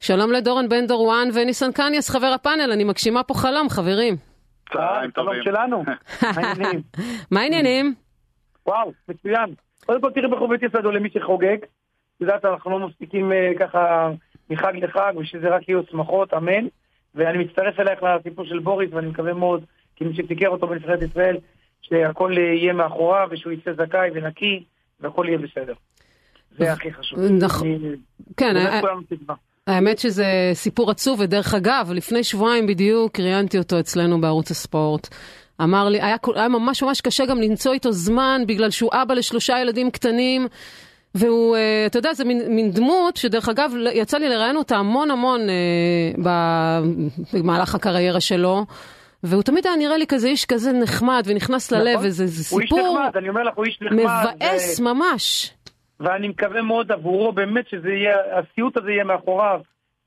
שלום לדורון בן דורואן וניסן קניאס, חבר הפאנל, אני מגשימה פה חלום, חברים. שלום שלנו. מה העניינים? וואו, מצוין. קודם כל תראי בחובית יסדו למי שחוגג. יודעת, אנחנו לא מפסיקים ככה מחג לחג, ושזה רק יהיו שמחות, אמן. ואני מצטרף אלייך לסיפור של בוריס, ואני מקווה מאוד, כי מי שתיקר אותו בנבחרת ישראל, שהכל יהיה מאחוריו, ושהוא יצא זכאי ונקי, והכל יהיה בסדר. זה הכי חשוב. כן, האמת שזה סיפור עצוב, ודרך אגב, לפני שבועיים בדיוק ראיינתי אותו אצלנו בערוץ הספורט. אמר לי, היה ממש ממש קשה גם למצוא איתו זמן, בגלל שהוא אבא ל3 ילדים קטנים, והוא, אתה יודע, זה מין דמות שדרך אגב יצא לי לראיין אותה המון במהלך הקריירה שלו, והוא תמיד היה נראה לי כזה איש כזה נחמד ונכנס ללב, וזה סיפור מבאס ממש. ואני מקווה מאוד עבורו באמת שזה יהיה, הסיוט הזה יהיה מאחוריו,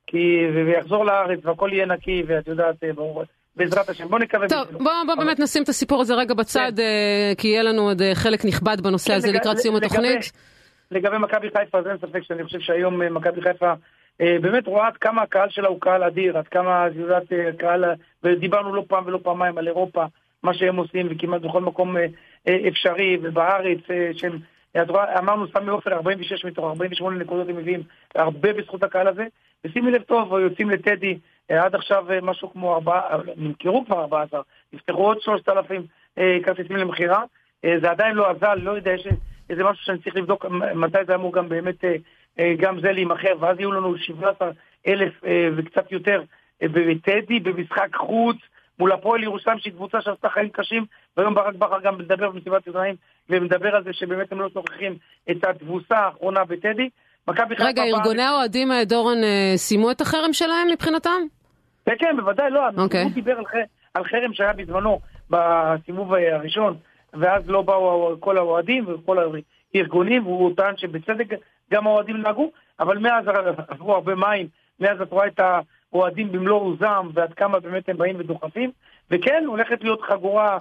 ויחזור לארץ והכל יהיה נקי, ואת יודעת, בעזרת השם. בוא נקווה. טוב, בוא באמת נשים את הסיפור הזה רגע בצד, כי יהיה לנו עוד חלק נכבד בנושא הזה לקראת סיום התוכנית. לגבי מכבי חיפה, אז אין ספק שאני חושב שהיום מכבי חיפה באמת רואה עד כמה הקהל שלה הוא קהל אדיר, עד כמה, יודעת, קהל, ודיברנו לא פעם ולא פעמיים על אירופה, מה שהם עושים, וכמעט בכל מקום אפשרי, ובארץ, שהם, אמרנו, סמי עופר 46 מתוך 48 נקודות הם מביאים, הרבה בזכות הקהל הזה, ושימי לב טוב, יוצאים לטדי, עד עכשיו משהו כמו 4, נמכרו כבר 14, נפתחו עוד 3,000 כרטיסים למחירה, זה עדיין לא עזל, לא יודע, יש איזה משהו שאני צריך לבדוק מתי זה אמור גם באמת, גם זה להימחר, ואז יהיו לנו 17,000 וקצת יותר בטדי, במשחק חוץ, מול הפועל ירושלים, שהיא קבוצה שעשתה חיים קשים, והיום ברק בכר גם מדבר במסיבת עיתונאים, ומדבר על זה שבאמת הם לא שוכחים את התבוסה האחרונה בטדי. רגע, ארגוני האוהדים, דורון, סיימו את החרם שלהם מבחינתם? כן, בוודאי, לא. הוא דיבר על חרם שהיה בזמנו בסיבוב הראשון, ואז לא באו כל האוהדים וכל הארגונים, והוא טען שבצדק גם האוהדים נהגו, אבל מאז עברו הרבה מים, מאז את רואה את האוהדים במלוא עוזם, ועד כמה באמת הם באים ודוחפים, וכן, הולכת להיות חגורה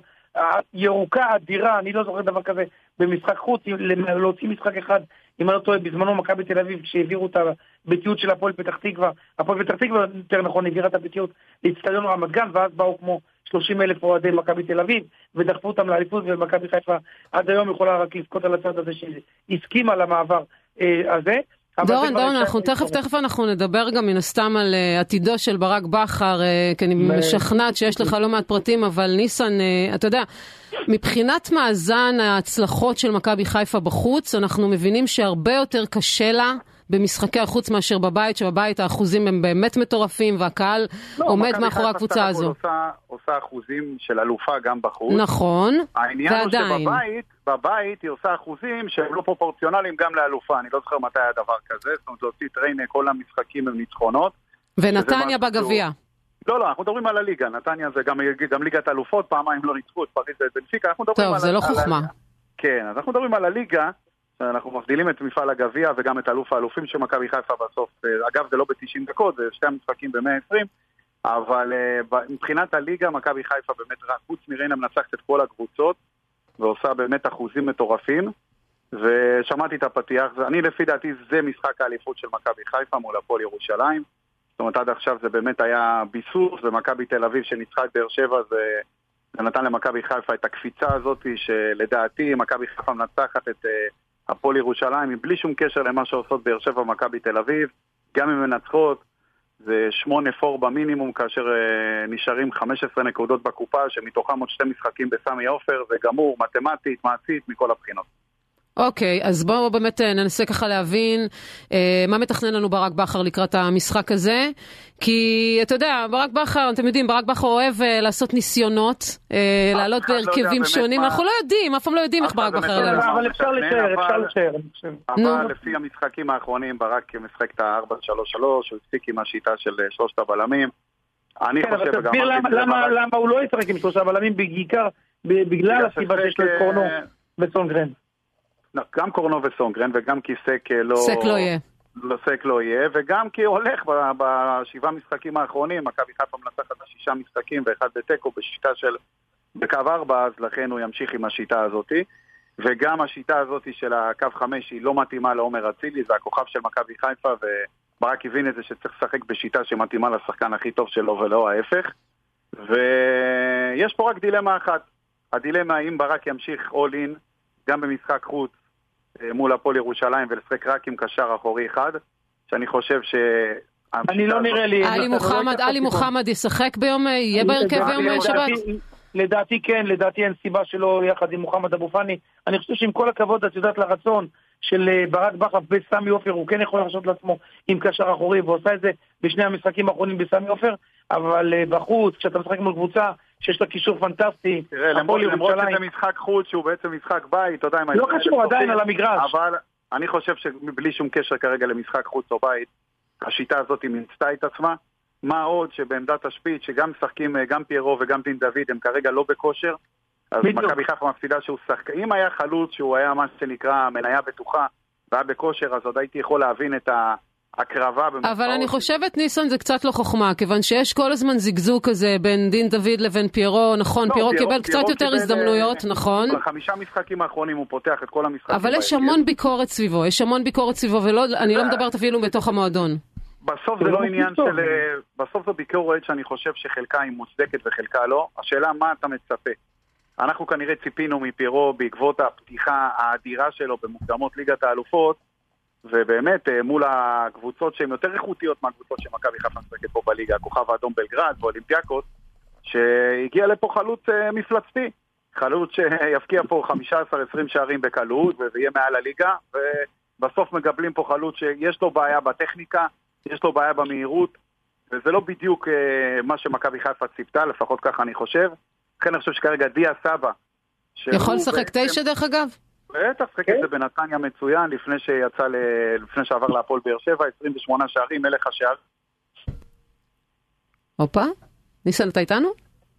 ירוקה אדירה, אני לא זוכר דבר כזה, במשחק חוץ, להוציא משחק אחד, אם אני לא טועה, בזמנו מכבי תל אביב, כשהעבירו את הביתיות של הפועל פתח תקווה, הפועל פתח תקווה יותר נכון, העבירה את הביתיות לאצטדיון רמת גן, ואז באו כמו 30,000 אוהדי מכבי תל אביב, ודחפו אותם לאליפות, ומכבי חיפה עד היום יכולה רק לבכות על הצד הזה, שהסכימה למעבר הזה. דורון, אנחנו תכף אנחנו נדבר גם מן הסתם על עתידו של ברק בכר, כי אני משכנעת שיש לך לא מעט פרטים, אבל ניסן, אתה יודע, מבחינת מאזן ההצלחות של מכבי חיפה בחוץ, אנחנו מבינים שהרבה יותר קשה לה במשחקי החוץ מאשר בבית, שבבית האחוזים הם באמת מטורפים, והקהל עומד מאחורי הקבוצה הזו. עושה אחוזים של אלופה גם בחוץ. נכון, העניין הוא שבבית היא עושה אחוזים שהם לא פרופורציונליים גם לאלופה. אני לא זוכר מתי היה דבר כזה, זאת אומרת, להוציא טריינה, כל המשחקים הם ניצחונות. ונתניה בגביע. לא, אנחנו מדברים על הליגה. נתניה זה גם ליגת אלופות, פעמיים לא ניצחו את פריז ובנפיקה. טוב, זה לא חוכמה. כן, אז אנחנו מדברים על הליגה, אנחנו מבדילים את מפעל הגביע וגם את אלוף האלופים של מכבי חיפה בסוף. אגב, זה לא ב-90 דקות, זה 2 המשחקים ב-120, אבל מבחינת הליגה, מכבי חיפה באמת רק חוץ מריינה מנצחת את כל הקבוצות, ועושה באמת אחוזים מטורפים, ושמעתי את הפתיח, אני לפי דעתי זה משחק האליפות של מכבי חיפה מול הפועל ירושלים, זאת אומרת עד עכשיו זה באמת היה ביסוס, ומכבי תל אביב שניצחה את באר שבע זה נתן למכבי חיפה את הקפיצה הזאת, שלדעתי מכבי חיפה מנצחת את הפועל ירושלים, מבלי שום קשר למה שעושות באר שבע ומכבי תל אביב, גם אם מנצחות, זה 8-4 במינימום, כאשר נשארים 15 נקודות בקופה, שמתוכם עוד 2 משחקים בסמי עופר, זה גמור, מתמטית, מעשית, מכל הבחינות. אוקיי, אז בואו באמת ננסה ככה להבין מה מתכנן לנו ברק בכר לקראת המשחק הזה, כי אתה יודע, ברק בכר, אתם יודעים, ברק בכר אוהב לעשות ניסיונות, לעלות בהרכבים שונים, אנחנו לא יודעים, אף פעם לא יודעים איך ברק בכר לעלות. אבל אפשר לשער. אבל לפי המשחקים האחרונים, ברק משחק את ה-4-3-3, הוא הפסיק עם השיטה של 3 הבלמים. כן, אבל תסביר למה הוא לא ישחק עם 3 הבלמים, בעיקר בגלל הסיבה שיש לו את קורנו וסונגרן. גם קורנו וסונגרן, וגם כי סק לא יהיה, וגם כי הולך ב7 משחקים האחרונים, מכבי חיפה מנצחת 6 משחקים, ואחד בטקו בשיטה של בקו 4, אז לכן הוא ימשיך עם השיטה הזאת, וגם השיטה הזאת של הקו 5 היא לא מתאימה לעומר אצילי, זה הכוכב של מכבי חיפה, ברק הבין את זה שצריך לשחק בשיטה שמתאימה לשחקן הכי טוב שלו ולא ההפך. ויש פה רק דילמה אחת. הדילמה אם ברק ימשיך all in, גם במשחק חוץ מול הפועל ירושלים, ולשחק רק עם קשר אחורי אחד, שאני חושב אני לא נראה לי... עלי מוחמד ישחק ביום, יהיה בהרכב ביום שבת? לדעתי כן, לדעתי אין סיבה שלא יחד עם מוחמד אבו פאני. אני חושב שעם כל הכבוד, את יודעת לרצון של ברק בכר בסמי עופר, הוא כן יכול לחשוב לעצמו עם קשר אחורי, ועושה את זה בשני המשחקים האחרונים בסמי עופר, אבל בחוץ, כשאתה משחק מול קבוצה שיש לה קישור פנטסטי, תראה, למרות שזה משחק חוץ שהוא בעצם משחק בית, אתה יודע אם... לא קשור עדיין על המגרש. אבל אני חושב שבלי שום קשר כרגע למשחק חוץ או בית, השיטה הזאת היא מיצתה את עצמה. מה עוד שבעמדת השפיץ, שגם משחקים גם פיירו וגם דין דוד, הם כרגע לא בכושר, אז מכבי חיפה מפסידה שהוא שחק. אם היה חלוץ שהוא היה מה שנקרא מניה בטוחה, והיה בכושר, אז עוד הייתי יכול להבין את הקרבה. אבל אני חושבת, ניסן, זה קצת לא חוכמה, כיוון שיש כל הזמן זיגזוג כזה בין דין דוד לבין פיירו, נכון, פיירו קיבל קצת יותר הזדמנויות, נכון. ב5 משחקים האחרונים הוא פותח את כל המשחקים. אבל יש המון ביקורת סביבו, ואני לא מדברת אפילו בתוך המועדון. בסוף זה לא עניין של... בסוף זו ביקורת שאני חושב שחלקה היא מוצדקת וחלקה לא. השאלה מה אתה מצפה. אנחנו כנראה ציפינו מפיירו בעקבות הפתיחה האדירה שלו במוקדמות ליגת האלופות, ובאמת מול הקבוצות שהן יותר איכותיות מהקבוצות שמכבי חיפה משחקת פה בליגה, הכוכב האדום בלגרד ואולימפיאקוס, שהגיע לפה חלוץ מפלצתי. חלוץ שיפקיע פה 15-20 שערים בקלות ויהיה מעל הליגה, ובסוף מגבלים פה חלוץ שיש לו בעיה בטכניקה, יש לו בעיה במהירות, וזה לא בדיוק מה שמכבי חיפה ציפתה, לפחות ככה אני חושב. לכן אני חושב שכרגע דיה סבא... יכול לשחק 9 דרך אגב? בטח, שחק את זה בנתניה מצוין, לפני שעבר להפועל באר שבע, 28 שערים, מלך השער. אופה, ניסן, אתה איתנו?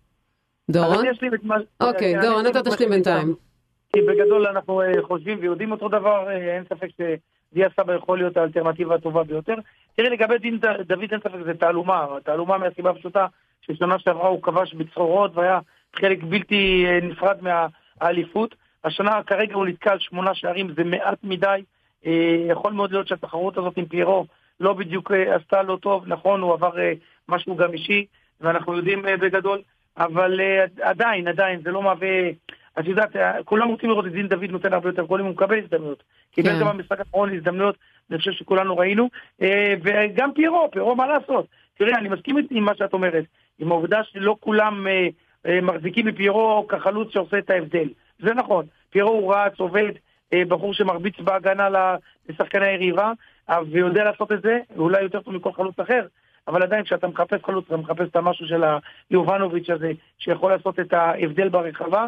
דורון? אוקיי, דורון, אתה תשלים בינתיים. כי בגדול אנחנו חושבים ויודעים אותו דבר, אין ספק שדיה סבא יכול להיות האלטרנטיבה הטובה ביותר. תראי, לגבי דין דוד אין ספק זה תעלומה מהסיבה הפשוטה ששנה שעברה הוא כבש בצחורות והיה חלק בלתי נפרד מהאליפות. השנה כרגע הוא נתקל 8 שערים, זה מעט מדי. יכול מאוד להיות שהתחרות הזאת עם פיירו לא בדיוק עשתה לו טוב, נכון, הוא עבר משהו גם אישי, ואנחנו יודעים בגדול, אבל עדיין, זה לא מהווה... את יודעת, כולם רוצים לראות את דין דוד נותן הרבה יותר גולים, הוא מקבל הזדמנויות. קיבל גם במשחק האחרון הזדמנויות, אני חושב שכולנו ראינו, וגם פיירו, מה לעשות? תראה, אני מסכים עם מה שאת אומרת, עם העובדה שלא כולם מחזיקים מפיירו כחלוץ שעושה את ההבדל. זה נכון, פיירו הוא רץ, עובד, בחור שמרביץ בהגנה לשחקני היריבה, ויודע לעשות את זה, ואולי יותר טוב מכל חלוץ אחר, אבל עדיין כשאתה מחפש חלוץ, אתה מחפש את המשהו של היובנוביץ' הזה, שיכול לעשות את ההבדל ברחבה,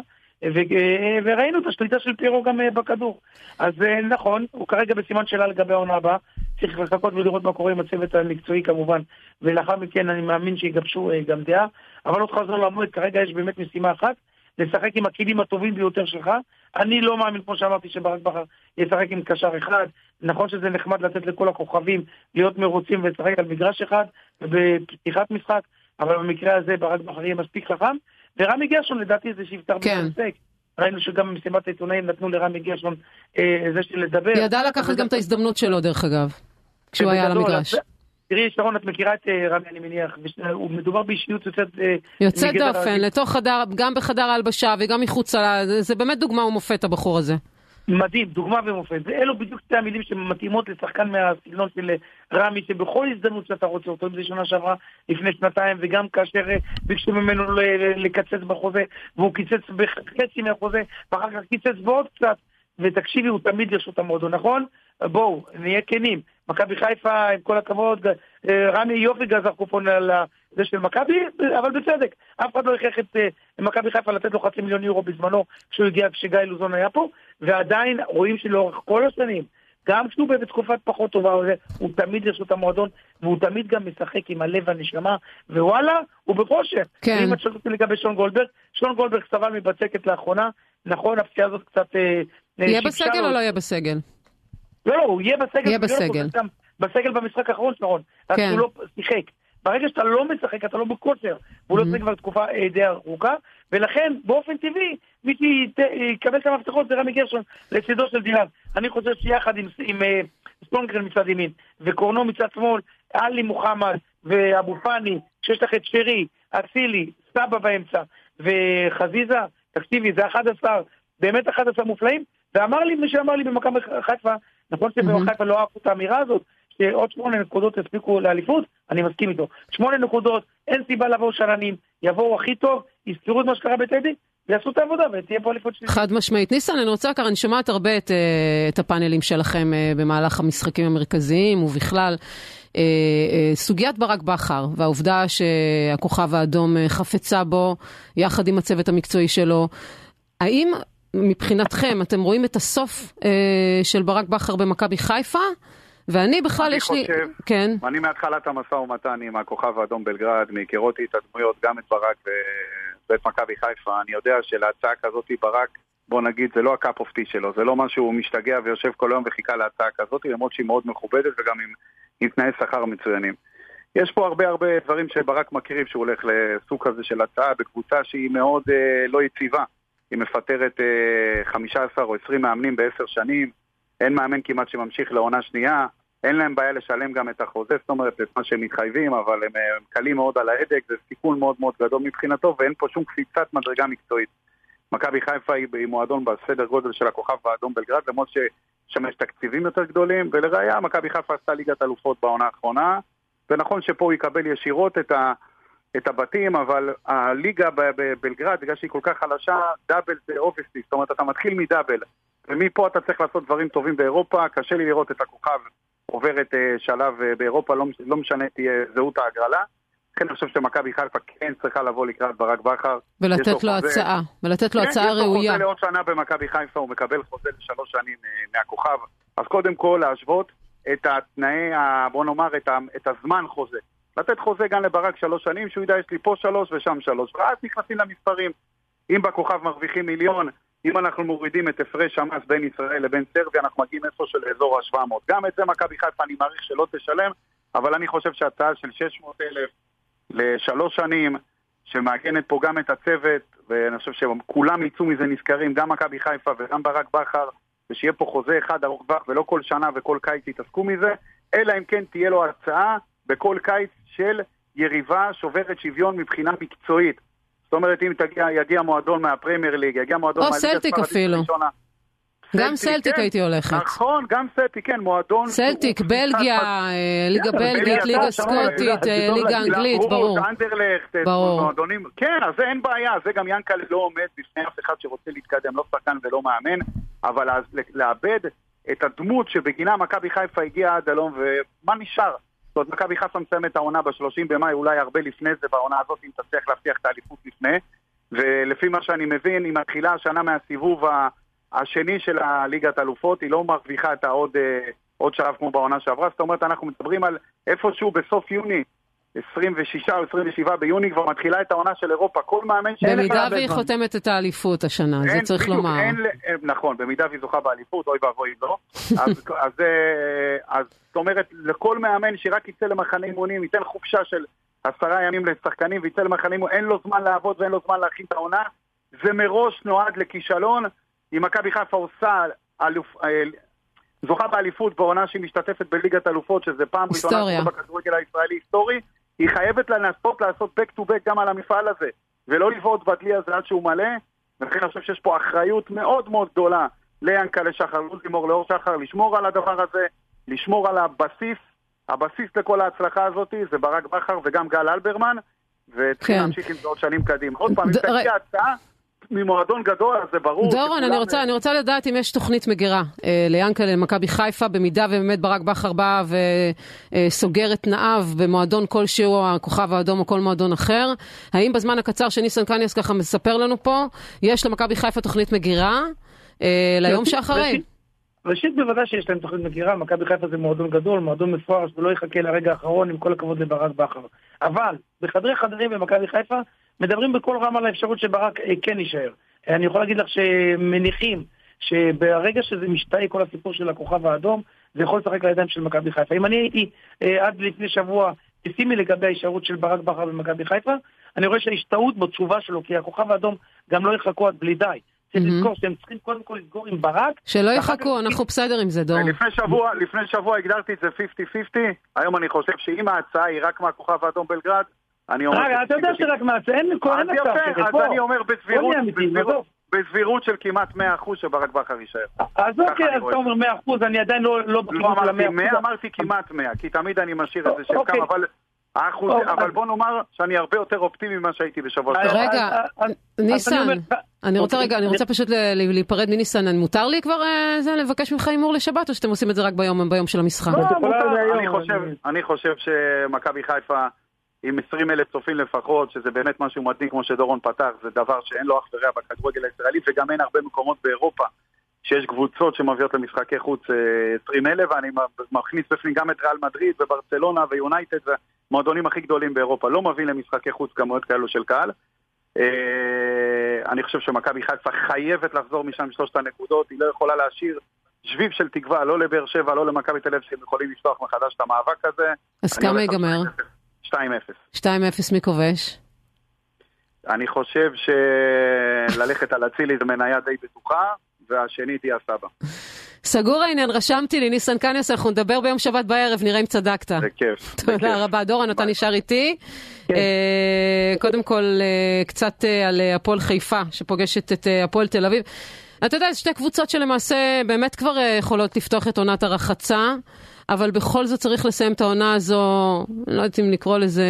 וראינו את השליטה של פיירו גם בכדור. אז נכון, הוא כרגע בסימן שאלה לגבי העונה הבאה, צריך לחכות ולראות מה קורה עם הצוות המקצועי כמובן, ולאחר מכן אני מאמין שיגבשו גם דעה, אבל עוד חזור למועד, כרגע יש באמת משימה אחת, לשחק עם הכלים הטובים ביותר שלך. אני לא מאמין, כמו שאמרתי, שברק בכר ישחק עם קשר אחד. נכון שזה נחמד לתת לכל הכוכבים להיות מרוצים ולשחק על מגרש אחד בפתיחת משחק, אבל במקרה הזה ברק בכר יהיה מספיק חכם. ורמי גרשון לדעתי זה שיפתר במשחק. ראינו שגם במשימת העיתונאים נתנו לרמי גרשון זה של לדבר. ידע לקחת גם את ההזדמנות שלו דרך אגב, כשהוא היה על המגרש. תראי, שרון, את מכירה את רמי, אני מניח, הוא מדובר באישיות יוצאת דופן, לתוך חדר, גם בחדר ההלבשה וגם מחוץ לה, זה באמת דוגמה ומופת הבחור הזה. מדהים, דוגמה ומופת. אלו בדיוק שתי המילים שמתאימות לשחקן מהסגנון של רמי, שבכל הזדמנות שאתה רוצה אותו, אם זה שנה שעברה לפני 2 וגם כאשר ביקשו ממנו לקצץ בחוזה, והוא קיצץ בחצי מהחוזה, ואחר כך קיצץ בעוד קצת, ותקשיבי, הוא תמיד לרשות המועדון, נכון? בואו, נהיה כנים. מכבי חיפה, עם כל הכבוד, רמי יופי גזר קופון על זה של מכבי, אבל בצדק. אף אחד לא הכרח את מכבי חיפה לתת לו 500,000 יורו בזמנו, כשגיא לוזון היה פה, ועדיין רואים שלאורך כל השנים, גם כשהוא בתקופת פחות טובה, הוא תמיד לרשות המועדון, והוא תמיד גם משחק עם הלב והנשמה, ווואלה, הוא בכושר. כן. אם את שואלת לגבי שון גולדברג סבל מבצקת לאחרונה, נכון, הפציעה הזאת קצת... יהיה בסגל או לא יהיה בסגל? לא, הוא יהיה בסגל. יהיה בסגל. בסגל במשחק האחרון, שרון. כן. אז הוא לא שיחק. ברגע שאתה לא משחק, אתה לא בכושר. והוא לא שיחק כבר תקופה די ארוכה, ולכן, באופן טבעי, מי שיקבל את המפתחות זה רמי גרשון לצידו של דילן. אני חושב שיחד עם ספונגרן מצד ימין, וקורנו מצד שמאל, עלי מוחמד ואבו פני, שיש לך את שרי, אצילי, סבא באמצע, וחזיזה, תקשיבי, זה 11, באמת 11 מופלאים, ואמר לי, מי שאמר לי במכבי חיפה, נכון שבמכבי חיפה לא אהבו את האמירה הזאת, שעוד 8 נקודות הספיקו לאליפות, אני מסכים איתו. 8 נקודות, אין סיבה לבוא שננים, יבואו הכי טוב, יזכרו את מה שקרה בטדי, ויעשו את העבודה, ותהיה פה אליפות שלישית. חד משמעית. ניסן, אני רוצה כאן, אני שומעת הרבה את הפאנלים שלכם במהלך המשחקים המרכזיים, ובכלל, סוגיית ברק בכר, והעובדה שהכוכב האדום חפצה בו, יחד עם הצוות המקצועי שלו, האם מבחינתכם אתם רואים את הסוף של ברק בכר במכבי חיפה? ואני בכלל יש לי... כן. אני מהתחלת המשא ומתן עם הכוכב האדום בלגרד, מהיכרותי את הדמויות, גם את ברק ואת מכבי חיפה, אני יודע שלהצעה כזאת ברק, בוא נגיד, זה לא הקאפ אופטי שלו, זה לא משהו הוא משתגע ויושב כל היום וחיכה להצעה כזאת, למרות שהיא מאוד מכובדת וגם עם תנאי שכר מצוינים. יש פה הרבה דברים שברק מכירים, שהוא הולך לסוג כזה של הצעה בקבוצה שהיא מאוד לא יציבה. היא מפטרת 15 או 20 מאמנים ב10 שנים, אין מאמן כמעט שממשיך לעונה שנייה, אין להם בעיה לשלם גם את החוזה, זאת אומרת, את מה שהם מתחייבים, אבל הם קלים מאוד על ההדק, זה סיכון מאוד מאוד גדול מבחינתו, ואין פה שום קפיצת מדרגה מקצועית. מכבי חיפה היא מועדון בסדר גודל של הכוכב האדום בלגרד, למרות ששם יש תקציבים יותר גדולים, ולראיה, מכבי חיפה עשתה ליגת אלופות בעונה האחרונה, ונכון שפה הוא יקבל ישירות את הבתים, אבל הליגה בבלגרד, בגלל שהיא כל כך חלשה, דאבל זה אובייסלי, זאת אומרת, אתה מתחיל מדאבל, ומפה אתה צריך לעשות דברים טובים באירופה, קשה לי לראות את הכוכב עוברת שלב באירופה, לא משנה תהיה זהות ההגרלה, לכן אני חושב שמכבי חיפה כן צריכה לבוא לקראת ברק בכר. ולתת לו הצעה, ולתת לו הצעה ראויה. יש לו חוזה לעוד שנה במכבי חיפה, הוא מקבל חוזה ל3 שנים מהכוכב, אז קודם כל להשוות את התנאי, בוא נאמר, את הזמן חוזה. לתת חוזה גם לברק 3 שנים, שהוא ידע, יש לי פה 3 ושם 3, ואז נכנסים למספרים. אם בכוכב מרוויחים 1,000,000, אם אנחנו מורידים את הפרש המס בין ישראל לבין סרביה, אנחנו מגיעים איפה של אזור ה-700. גם את זה מכבי חיפה אני מעריך שלא תשלם, אבל אני חושב שהצעה של 600,000 ל3 שנים, שמאגנת פה גם את הצוות, ואני חושב שכולם יצאו מזה נזכרים, גם מכבי חיפה וגם ברק בכר, ושיהיה פה חוזה אחד ארוך טווח, ולא כל שנה וכל קיץ יתעסקו מזה, אלא אם כן תהיה לו הצעה בכל קיץ של יריבה שוברת שוויון מבחינה מקצועית. זאת אומרת, אם יגיע מועדון מהפרמייר ליג, יגיע מועדון או סלטיק אפילו. גם סלטיק הייתי הולכת. נכון, גם סלטיק, כן, מועדון. סלטיק, בלגיה, ליגה בלגית, ליגה סקוטית, ליגה אנגלית, ברור. אנדרלכט, מועדונים. כן, אז זה אין בעיה, זה גם ינקל לא עומד בפני אף אחד שרוצה להתקדם, לא שחקן ולא מאמן, אבל לאבד את הדמות שבגינה מכבי חיפה הגיעה עד הלום, ומה נשאר? זאת אומרת, מכבי חיפה מסיימת העונה ב-30 במאי, אולי הרבה לפני זה, בעונה הזאת, אם תצליח להבטיח את האליפות לפני, ולפי מה שאני מבין, היא מתחילה השנה מהסיבוב השני של הליגת אלופות, היא לא מרוויחה את עוד שלב כמו בעונה שעברה, זאת אומרת, אנחנו מדברים על איפשהו בסוף יוני, 26 או 27 ביוני, כבר מתחילה את העונה של אירופה, כל מאמן במידה והיא חותמת את האליפות השנה, זה צריך לומר. נכון, במידה והיא זוכה באליפות, אוי ואבוי לא, אז זאת אומרת, לכל מאמן שרק יצא למחנה אימונים, ייתן חופשה של 10 ימים לשחקנים, ויצא למחנה אימונים, אין לו זמן לעבוד ואין לו זמן להכין את העונה, זה מראש נועד לכישלון. אם מכבי חיפה עושה זוכה באליפות בעונה שהיא משתתפת בליגת אלופות, שזה פעם ראשונה בכדורגל הישראלי היסטורי, היא חייבת לנסות לעשות back to back גם על המפעל הזה, ולא לבעוט בדלי הזה עד שהוא מלא, ולכן אני חושב שיש פה אחריות מאוד מאוד גדולה ליענקל'ה לשחר, לוזימור, לאור שחר, לשמור על הדבר הזה, לשמור על הבסיס לכל ההצלחה הזאת, זה ברק בכר וגם גל אלברמן, וצריכים להמשיך עם זה עוד שנים קדימה. עוד פעם, אם תגיע הצעה, ממועדון גדול, זה ברור. דורון, אני רוצה לדעת אם יש תוכנית מגירה ליענקל'ה למכבי חיפה, במידה ובאמת ברק בכר בא וסוגר את תנאיו במועדון כלשהו, הכוכב האדום או כל מועדון אחר. האם בזמן הקצר שניסן קניאס ככה מספר לנו פה, יש למכבי חיפה תוכנית מגירה ליום שאחרי? ראשית בוודאי שיש להם תוכנית מגירה, מכבי חיפה זה מועדון גדול, מועדון מפואר, שלא יחכה לרגע האחרון עם כל הכבוד לברק בכר. אבל בחדרי חדרים במכבי חיפה מדברים בכל רם על האפשרות שברק כן יישאר. אני יכול להגיד לך שמניחים שברגע שזה משתהה כל הסיפור של הכוכב האדום, זה יכול לשחק לידיים של מכבי חיפה. אם אני הייתי עד לפני שבוע פסימי לגבי ההישארות של ברק בכר במכבי חיפה, אני רואה שההשתהות בתשובה שלו, כי הכוכב האדום גם לא יחכו עד בלי די. צריך לזכור שהם צריכים קודם כל לסגור עם ברק. שלא יחכו, אנחנו בסדר עם זה, דורון. לפני שבוע הגדרתי את זה 50-50, היום אני חושב שאם ההצעה היא רק מהכוכב האדום בלגרד, אני אומר... רגע, אתה יודע שרק מהצעה, אין מצב. אז אני אומר בסבירות של כמעט 100% שברק בכר יישאר. אז אוקיי, אז אתה אומר 100%, אני עדיין לא בטוח של 100%. אמרתי כמעט 100, כי תמיד אני משאיר את זה של כמה, אבל בוא נאמר שאני הרבה יותר אופטימי ממה שהייתי בשבוע. רגע, ניסן, אני רוצה פשוט להיפרד מניסן, מותר לי כבר לבקש ממך אימור לשבת, או שאתם עושים את זה רק ביום של המשחק? אני חושב שמכבי חיפה עם 20,000 צופים לפחות, שזה באמת משהו מדהים כמו שדורון פתח, זה דבר שאין לו אח ורע בכדורגל הישראלי, וגם אין הרבה מקומות באירופה שיש קבוצות שמביאות למשחקי חוץ 20,000, ואני מכניס בפנים גם את ריאל מדריד וברצלונה ויונייטד, והמועדונים הכי גדולים באירופה לא מביאים למשחקי חוץ כמויות כאלו של קהל. אני חושב שמכבי חיפה חייבת לחזור משם עם 3 הנקודות, היא לא יכולה להשאיר שביב של תקווה, לא לבאר שבע, לא למכבי תל אביב, שהם יכולים לפתוח מחדש את המאבק הזה. אז כמה ייגמר? 2-0. 2-0 מי כובש? אני חושב שללכת על אצילי זה מניה די בטוחה, והשני תהיה הסבא. סגור העניין, רשמתי לי, ניסן קניוס, אנחנו נדבר ביום שבת בערב, נראה אם צדקת. זה כיף. תודה רבה, דורון, אתה נשאר איתי. קודם כל, קצת על הפועל חיפה, שפוגשת את הפועל תל אביב. אתה יודע, שתי קבוצות שלמעשה באמת כבר יכולות לפתוח את עונת הרחצה, אבל בכל זאת צריך לסיים את העונה הזו, לא יודעת אם לקרוא לזה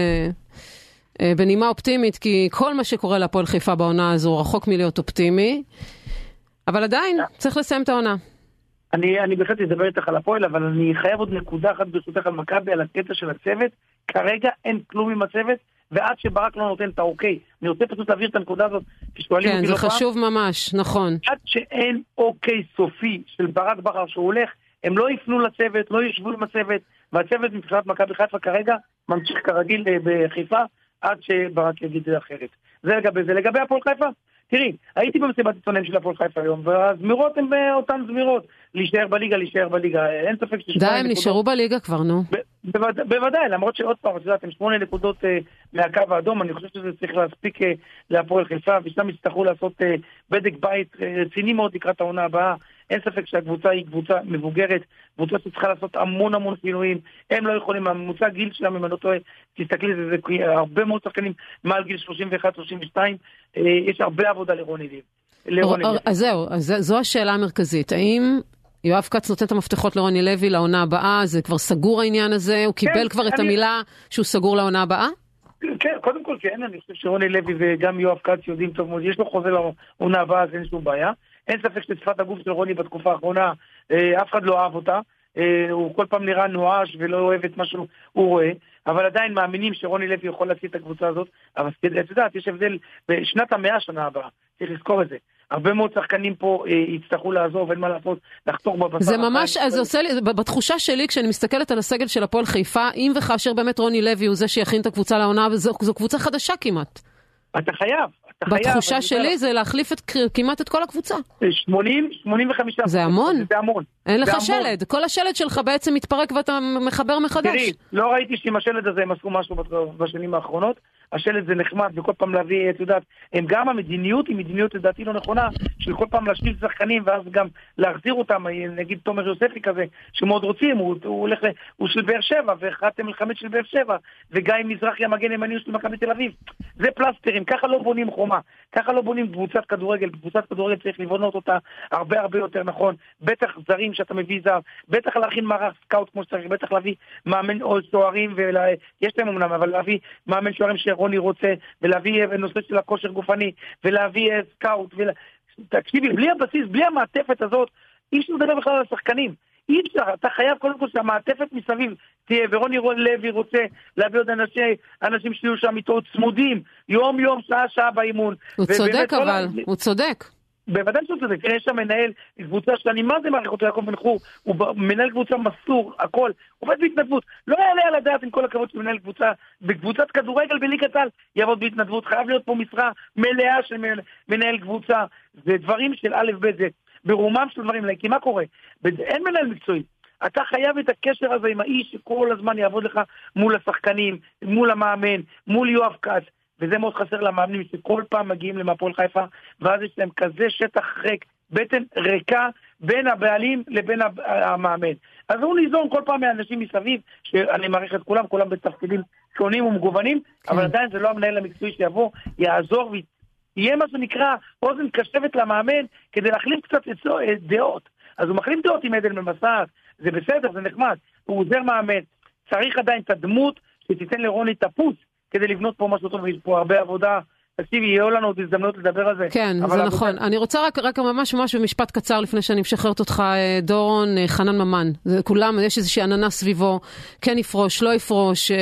בנימה אופטימית, כי כל מה שקורה להפועל חיפה בעונה הזו רחוק מלהיות אופטימי, אבל עדיין צריך לסיים את העונה. אני בהחלט אדבר איתך על הפועל, אבל אני חייב עוד נקודה אחת ברשותך על מכבי, על הקטע של הצוות. כרגע אין כלום עם הצוות, ועד שברק לא נותן את האוקיי. אני רוצה פשוט להעביר את הנקודה הזאת, כן, זה חשוב ממש, נכון. עד שאין אוקיי סופי של ברק בכר שהוא הולך, הם לא יפנו לצוות, לא ישבו עם הצוות, והצוות מבחינת מכבי חיפה כרגע ממשיך כרגיל בחיפה, עד שברק יגיד אחרת. זה לגבי הפועל חיפה. תראי, הייתי במסיבת עיתונאים של הפועל חיפה היום, והזמירות הן אותן זמירות. להישאר בליגה, אין ספק די, הם נשארו בליגה כבר, נו. בוודאי, למרות שעוד פעם, את יודעת, הם 8 נקודות מהקו האדום, אני חושב שזה צריך להספיק להפועל חיפה, ושם יצטרכו לעשות בדק בית רציני מאוד לקראת העונה הבאה. אין ספק שהקבוצה היא קבוצה מבוגרת, קבוצה שצריכה לעשות המון שינויים, הם לא יכולים, הממוצע גיל שלהם, אם אני לא טועה, תסתכלי, זה הרבה מאוד שחקנים מעל גיל 31-32, יש הרבה עבודה לרוני לוי. אז זהו, זו השאלה המרכזית, האם יואב קץ נותן את המפתחות לרוני לוי לעונה הבאה, זה כבר סגור העניין הזה, הוא קיבל כבר את המילה שהוא סגור לעונה הבאה? כן, קודם כל כן, אני חושב שרוני לוי וגם יואב קץ יודעים טוב מאוד, יש לו חוזה לעונה הבאה, אז אין שום בעיה. אין ספק ששפת הגוף של רוני בתקופה האחרונה, אף אחד לא אהב אותה, הוא כל פעם נראה נואש ולא אוהב את מה שהוא רואה, אבל עדיין מאמינים שרוני לוי יכול להציל את הקבוצה הזאת, אבל את יודעת, יש הבדל בשנת המאה שנה הבאה, צריך לזכור את זה. הרבה מאוד שחקנים פה יצטרכו לעזוב, אין מה לעשות, לחתוך בבשר. זה ממש, אז זה עושה לי, בתחושה שלי, כשאני מסתכלת על הסגל של הפועל חיפה, אם וכאשר באמת רוני לוי הוא זה שיכין את הקבוצה לעונה, זו קבוצה חדשה כמעט. אתה חייב. בתחושה שלי זה להחליף כמעט את כל הקבוצה. 85. זה המון. זה המון. אין לך שלד. כל השלד שלך בעצם מתפרק ואתה מחבר מחדש. תראי, לא ראיתי שעם השלד הזה הם עשו משהו בשנים האחרונות. השלד זה נחמד, וכל פעם להביא, את יודעת, הם גם המדיניות היא מדיניות לדעתי לא נכונה, של כל פעם להשליל שחקנים ואז גם להחזיר אותם, נגיד תומר יוספי כזה, שמאוד רוצים, הוא של באר שבע, והחלטתם מלחמת של באר שבע, וגיא מזרחי המגן הימני של מכבי תל אביב. זה פלסטרים, ככה לא בונים חומה, ככה לא בונים קבוצת כדורגל, קבוצת כדורגל צריך לבנות אותה הרבה יותר נכון, בטח זרים שאתה מביא זר, בטח להכין מערך סקאוט כמו שצריך, בטח להביא מאמן או שוערים, יש להם אמנם, אבל להביא מאמן שוערים רוני רוצה, ולהביא נושא של הכושר גופני, ולהביא סקאוט, תקשיבי, בלי הבסיס, בלי המעטפת הזאת, אי אפשר לדבר בכלל על השחקנים. אי אפשר, אתה חייב קודם כל שהמעטפת מסביב תהיה, ורוני לוי רוצה להביא עוד אנשים שיהיו שם איתו צמודים, יום, שעה באימון. הוא צודק אבל, הוא צודק. בוודאי שהוא צודק, יש שם מנהל קבוצה שאני מה זה מעריך אותו יעקב בן חור, הוא מנהל קבוצה מסור, הכל, הוא עובד בהתנדבות, לא יעלה על הדעת עם כל הכבוד של מנהל קבוצה, בקבוצת כדורגל בליגת העל יעבוד בהתנדבות, חייב להיות פה משרה מלאה של מנהל קבוצה, זה דברים של א' ב' זה ברומם של דברים, כי מה קורה? אין מנהל מקצועי, אתה חייב את הקשר הזה עם האיש שכל הזמן יעבוד לך מול השחקנים, מול המאמן, מול יואב קץ, וזה מאוד חסר למאמנים, שכל פעם מגיעים למפועל חיפה, ואז יש להם כזה שטח ריק, בטן ריקה, בין הבעלים לבין המאמן. אז הוא ניזון כל פעם מהאנשים מסביב, שאני מעריך את כולם, כולם בתפקידים שונים ומגוונים, אבל עדיין זה לא המנהל המקצועי שיבוא, יעזור ויהיה מה שנקרא אוזן קשבת למאמן, כדי להחליף קצת דעות. אז הוא מחליף דעות עם עדן במסעת, זה בסדר, זה נחמד, הוא עוזר מאמן, צריך עדיין את הדמות שתיתן לרוני תפוץ, כדי לבנות פה משהו טוב, ויש פה הרבה עבודה. תקשיבי, יהיו לנו עוד הזדמנות לדבר על זה. כן, זה נכון. אני רוצה רק ממש במשפט קצר לפני שאני משחררת אותך, דורון, חנן ממן. כולם, יש איזושהי עננה סביבו, כן יפרוש, לא יפרוש.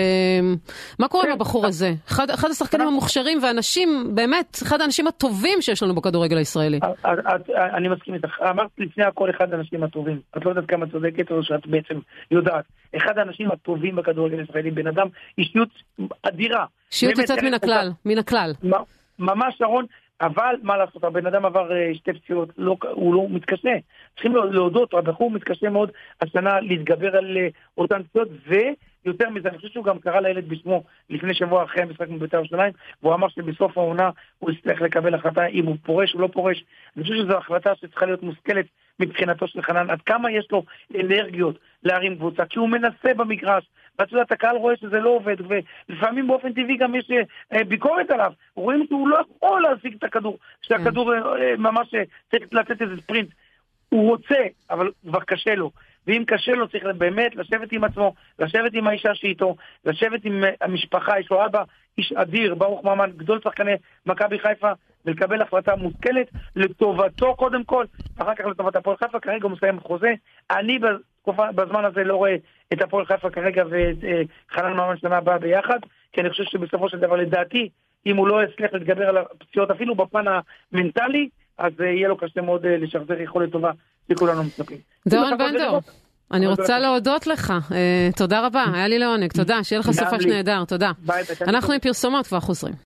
מה קורה עם הבחור הזה? אחד השחקנים המוכשרים והאנשים, באמת, אחד האנשים הטובים שיש לנו בכדורגל הישראלי. אני מסכים איתך. אמרת לפני הכל אחד האנשים הטובים. את לא יודעת כמה צודקת, או שאת בעצם יודעת. אחד האנשים הטובים בכדורגל הישראלי, בן אדם, אישיות אדירה. אישיות יוצאת מן הכלל. ממש שרון, אבל מה לעשות, הבן אדם עבר שתי פציעות, הוא לא מתקשה. צריכים להודות, הבחור מתקשה מאוד השנה להתגבר על אותן פציעות, ויותר מזה, אני חושב שהוא גם קרא לילד בשמו לפני שבוע אחרי המשחק מבית"ר ירושלים, והוא אמר שבסוף העונה הוא יצטרך לקבל החלטה אם הוא פורש או לא פורש. אני חושב שזו החלטה שצריכה להיות מושכלת מבחינתו של חנן, עד כמה יש לו אנרגיות להרים קבוצה, כי הוא מנסה במגרש, ואת יודעת, הקהל רואה שזה לא עובד, ולפעמים באופן טבעי גם יש ביקורת עליו, רואים שהוא לא יכול להשיג את הכדור, שהכדור ממש צריך לתת איזה ספרינט, הוא רוצה, אבל כבר קשה לו, ואם קשה לו צריך באמת לשבת עם עצמו, לשבת עם האישה שאיתו, לשבת עם המשפחה, יש לו אבא, איש אדיר, ברוך ממן, גדול שחקני מכבי חיפה, ולקבל החלטה מושכלת לטובתו קודם כל, אחר כך לטובת הפועל חיפה, כרגע הוא מסיים חוזה. אני בזמן הזה לא רואה את הפועל חיפה כרגע ואת חנן ממן שנה הבאה ביחד, כי אני חושב שבסופו של דבר לדעתי, אם הוא לא יצליח להתגבר על הפציעות אפילו בפן המנטלי, אז יהיה לו קשה מאוד לשחזר יכולת טובה שכולנו מצפים. דורון בנדור, אני רוצה להודות לך, תודה רבה, היה לי לעונג, תודה, שיהיה לך סופש נהדר, תודה. אנחנו עם פרסומות כבר חוזרים.